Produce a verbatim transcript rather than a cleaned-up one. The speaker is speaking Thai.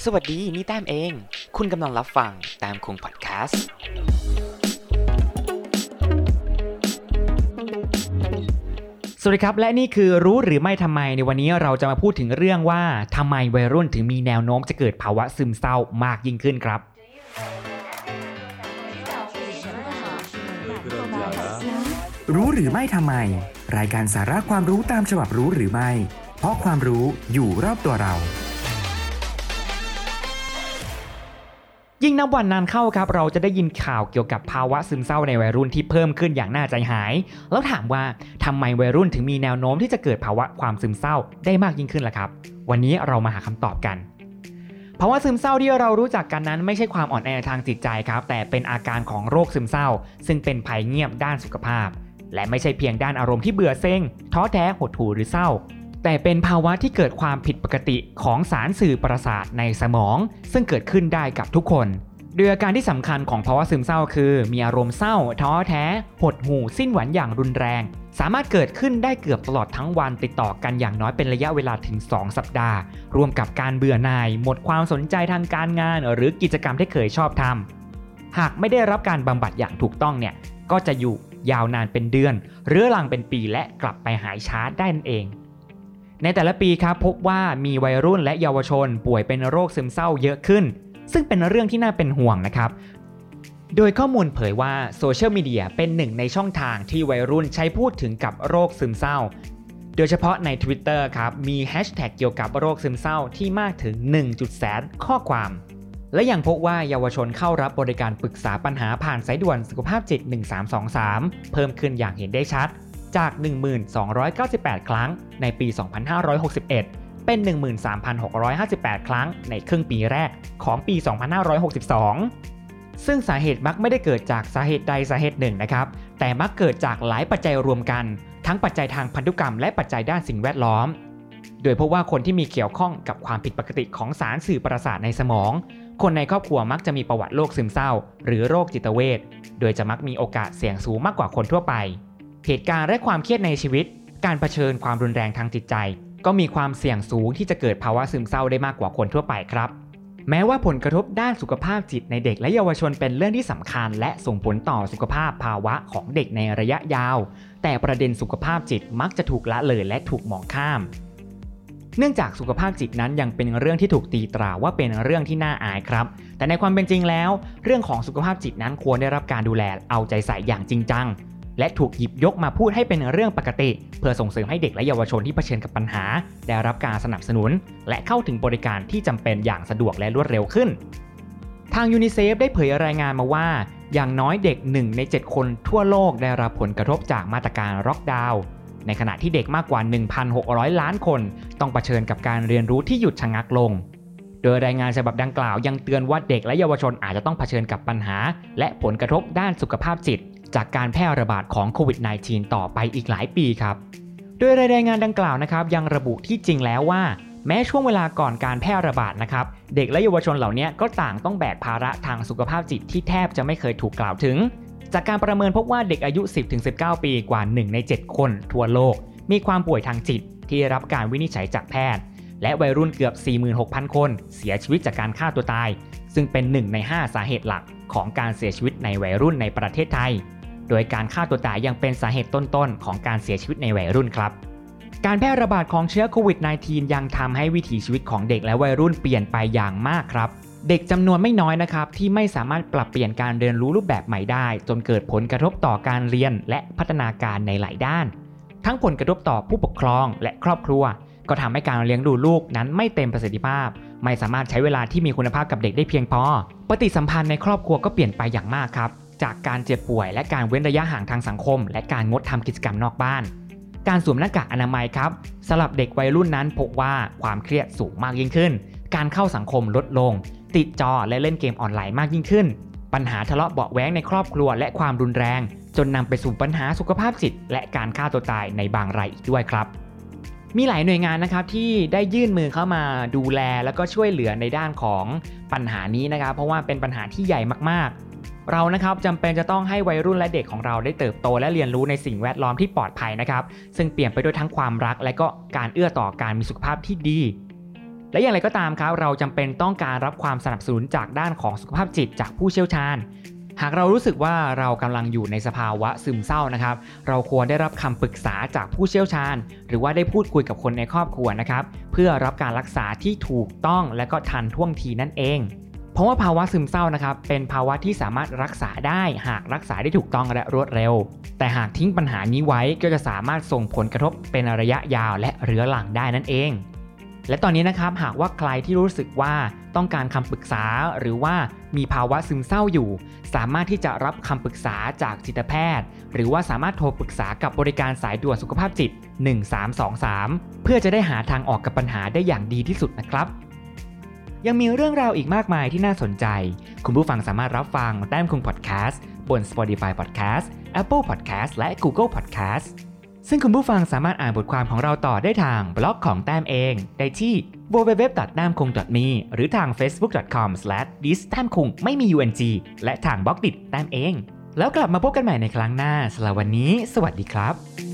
สวัสดีนี่แต้มเองคุณกำลังรับฟังแต้มคงพอดแคสต์สวัสดีครับและนี่คือรู้หรือไม่ทำไมในวันนี้เราจะมาพูดถึงเรื่องว่าทำไมวัยรุ่นถึงมีแนวโน้มจะเกิดภาวะซึมเศร้ามากยิ่งขึ้นครับรู้หรือไม่ทำไมรายการสาระความรู้ตามฉบับรู้หรือไม่เพราะความรู้อยู่รอบตัวเรายิ่งนับวันนานเข้าครับเราจะได้ยินข่าวเกี่ยวกับภาวะซึมเศร้าในวัยรุ่นที่เพิ่มขึ้นอย่างน่าใจหายแล้วถามว่าทำไมวัยรุ่นถึงมีแนวโน้มที่จะเกิดภาวะความซึมเศร้าได้มากยิ่งขึ้นล่ะครับวันนี้เรามาหาคำตอบกันภาวะซึมเศร้าที่เรารู้จักกันนั้นไม่ใช่ความอ่อนแอทางจิตใจครับแต่เป็นอาการของโรคซึมเศร้าซึ่งเป็นภัยเงียบด้านสุขภาพและไม่ใช่เพียงด้านอารมณ์ที่เบื่อเซ็งท้อแท้หดหู่หรือเศร้าแต่เป็นภาวะที่เกิดความผิดปกติของสารสื่อประสาทในสมองซึ่งเกิดขึ้นได้กับทุกคนโดยอาการที่สำคัญของภาวะซึมเศร้าคือมีอารมณ์เศร้าท้อแท้หดหู่สิ้นหวังอย่างรุนแรงสามารถเกิดขึ้นได้เกือบตลอดทั้งวันติดต่อกันอย่างน้อยเป็นระยะเวลาถึงสองสัปดาห์รวมกับการเบื่อหน่ายหมดความสนใจทางการงานหรือกิจกรรมที่เคยชอบทำหากไม่ได้รับการบำบัดอย่างถูกต้องเนี่ยก็จะอยู่ยาวนานเป็นเดือนเรื้อรังเป็นปีและกลับไปหายช้าได้นั่นเองในแต่ละปีครับพบว่ามีวัยรุ่นและเยาวชนป่วยเป็นโรคซึมเศร้าเยอะขึ้นซึ่งเป็นเรื่องที่น่าเป็นห่วงนะครับโดยข้อมูลเผยว่าโซเชียลมีเดียเป็นหนึ่งในช่องทางที่วัยรุ่นใช้พูดถึงกับโรคซึมเศร้าโดยเฉพาะใน Twitter ครับมีแฮชแท็กเกี่ยวกับโรคซึมเศร้าที่มากถึง หนึ่งจุดแสนข้อความและยังพบว่าเยาวชนเข้ารับบริการปรึกษาปัญหาผ่านสายด่วนสุขภาพจิตหนึ่งสามสองสามเพิ่มขึ้นอย่างเห็นได้ชัดจาก หนึ่งพันสองร้อยเก้าสิบแปด ครั้งในปี สองพันห้าร้อยหกสิบเอ็ดเป็น หนึ่งหมื่นสามพันหกร้อยห้าสิบแปด ครั้งในครึ่งปีแรกของปี สองพันห้าร้อยหกสิบสอง ซึ่งสาเหตุมักไม่ได้เกิดจากสาเหตุใดสาเหตุหนึ่งนะครับแต่มักเกิดจากหลายปัจจัยรวมกันทั้งปัจจัยทางพันธุกรรมและปัจจัยด้านสิ่งแวดล้อมโดยพบว่าคนที่มีเกี่ยวข้องกับความผิดปกติของสารสื่อประสาทในสมองคนในครอบครัวมักจะมีประวัติโรคซึมเศร้าหรือโรคจิตเวชโดยจะมักมีโอกาสเสี่ยงสูงมากกว่าคนทั่วไปเหตุการณ์และความเครียดในชีวิตการเผชิญความรุนแรงทางจิตใจก็มีความเสี่ยงสูงที่จะเกิดภาวะซึมเศร้าได้มากกว่าคนทั่วไปครับแม้ว่าผลกระทบด้านสุขภาพจิตในเด็กและเยาวชนเป็นเรื่องที่สำคัญและส่งผลต่อสุขภาพภาวะของเด็กในระยะยาวแต่ประเด็นสุขภาพจิตมักจะถูกละเลยและถูกมองข้ามเนื่องจากสุขภาพจิตนั้นยังเป็นเรื่องที่ถูกตีตราว่าเป็นเรื่องที่น่าอายครับแต่ในความเป็นจริงแล้วเรื่องของสุขภาพจิตนั้นควรได้รับการดูแลเอาใจใส่อย่างจริงจังและถูกหยิบยกมาพูดให้เป็นเรื่องปกติเพื่อส่งเสริมให้เด็กและเยาวชนที่เผชิญกับปัญหาได้รับการสนับสนุนและเข้าถึงบริการที่จำเป็นอย่างสะดวกและรวดเร็วขึ้นทางยูนิเซฟได้เผยรายงานมาว่าอย่างน้อยเด็กหนึ่งในเจ็ดคนทั่วโลกได้รับผลกระทบจากมาตรการล็อกดาวน์ในขณะที่เด็กมากกว่า หนึ่งพันหกร้อย ล้านคนต้องเผชิญกับการเรียนรู้ที่หยุดชะงักลงโดยรายงานฉบับดังกล่าวยังเตือนว่าเด็กและเยาวชนอาจจะต้องเผชิญกับปัญหาและผลกระทบด้านสุขภาพจิตจากการแพร่ระบาดของโควิด สิบเก้า ต่อไปอีกหลายปีครับโดยรายงานดังกล่าวนะครับยังระบุที่จริงแล้วว่าแม้ช่วงเวลาก่อนการแพร่ระบาดนะครับเด็กและเยาวชนเหล่านี้ก็ต่างต้องแบกภาระทางสุขภาพจิตที่แทบจะไม่เคยถูกกล่าวถึงจากการประเมินพบว่าเด็กอายุ สิบถึงสิบเก้า ปีกว่าหนึ่งในเจ็ดคนทั่วโลกมีความป่วยทางจิตที่ได้รับการวินิจฉัยจากแพทย์และวัยรุ่นเกือบ สี่หมื่นหกพัน คนเสียชีวิตจากการฆ่าตัวตายซึ่งเป็นหนึ่งในห้าสาเหตุหลักของการเสียชีวิตในวัยรุ่นในประเทศไทยโดยการฆ่าตัวตายยังเป็นสาเหตุต้นๆของการเสียชีวิตในวัยรุ่นครับการแพร่ระบาดของเชื้อโควิด สิบเก้า ยังทำให้วิถีชีวิตของเด็กและวัยรุ่นเปลี่ยนไปอย่างมากครับเด็กจำนวนไม่น้อยนะครับที่ไม่สามารถปรับเปลี่ยนการเรียนรู้รูปแบบใหม่ได้จนเกิดผลกระทบต่อการเรียนและพัฒนาการในหลายด้านทั้งผลกระทบต่อผู้ปกครองและครอบครัวก็ทำให้การเลี้ยงดูลูกนั้นไม่เต็มประสิทธิภาพไม่สามารถใช้เวลาที่มีคุณภาพกับเด็กได้เพียงพอปฏิสัมพันธ์ในครอบครัวก็เปลี่ยนไปอย่างมากครับจากการเจ็บป่วยและการเว้นระยะห่างทางสังคมและการงดทำกิจกรรมนอกบ้านการสวมหน้ากากอนามัยครับสำหรับเด็กวัยรุ่นนั้นพบว่าความเครียดสูงมากยิ่งขึ้นการเข้าสังคมลดลงติดจอและเล่นเกมออนไลน์มากยิ่งขึ้นปัญหาทะเลาะเบาะแว้งในครอบครัวและความรุนแรงจนนำไปสู่ปัญหาสุขภาพจิตและการฆ่าตัวตายในบางรายอีกด้วยครับมีหลายหน่วยงานนะครับที่ได้ยื่นมือเข้ามาดูแลแล้วก็ช่วยเหลือในด้านของปัญหานี้นะครับเพราะว่าเป็นปัญหาที่ใหญ่มากๆเรานะครับจำเป็นจะต้องให้วัยรุ่นและเด็กของเราได้เติบโตและเรียนรู้ในสิ่งแวดล้อมที่ปลอดภัยนะครับซึ่งเปลี่ยนไปด้วยทั้งความรักและก็การเอื้อต่อการมีสุขภาพที่ดีและอย่างไรก็ตามครับเราจำเป็นต้องการรับความสนับสนุนจากด้านของสุขภาพจิตจากผู้เชี่ยวชาญหากเรารู้สึกว่าเรากำลังอยู่ในสภาวะซึมเศร้านะครับเราควรได้รับคำปรึกษาจากผู้เชี่ยวชาญหรือว่าได้พูดคุยกับคนในครอบครัวนะครับเพื่อรับการรักษาที่ถูกต้องและก็ทันท่วงทีนั่นเองเพราะว่าภาวะซึมเศร้านะครับเป็นภาวะที่สามารถรักษาได้หากรักษาได้ถูกต้องและรวดเร็วแต่หากทิ้งปัญหานี้ไว้ก็จะสามารถส่งผลกระทบเป็นระยะยาวและเรื้อรังได้นั่นเองและตอนนี้นะครับหากว่าใครที่รู้สึกว่าต้องการคำปรึกษาหรือว่ามีภาวะซึมเศร้าอยู่สามารถที่จะรับคำปรึกษาจากจิตแพทย์หรือว่าสามารถโทรปรึกษากับบริการสายด่วนสุขภาพจิตหนึ่งสามสองสามเพื่อจะได้หาทางออกกับปัญหาได้อย่างดีที่สุดนะครับยังมีเรื่องราวอีกมากมายที่น่าสนใจคุณผู้ฟังสามารถรับฟังแต้มคุง Podcast บน Spotify Podcast Apple Podcast และ Google Podcast ซึ่งคุณผู้ฟังสามารถอ่านบทความของเราต่อได้ทางบล็อกของแต้มเองได้ที่ ดับเบิลยู ดับเบิลยู ดับเบิลยู ดอท แต้มคุง ดอท มี หรือทาง เฟซบุ๊ก ดอท คอม สแลช ดิส แต้มคุงไม่มี ยู เอ็น จี และทางบล็อกดิแต้มเองแล้วกลับมาพบกันใหม่ในครั้งหน้าสำหรับวันนี้สวัสดีครับ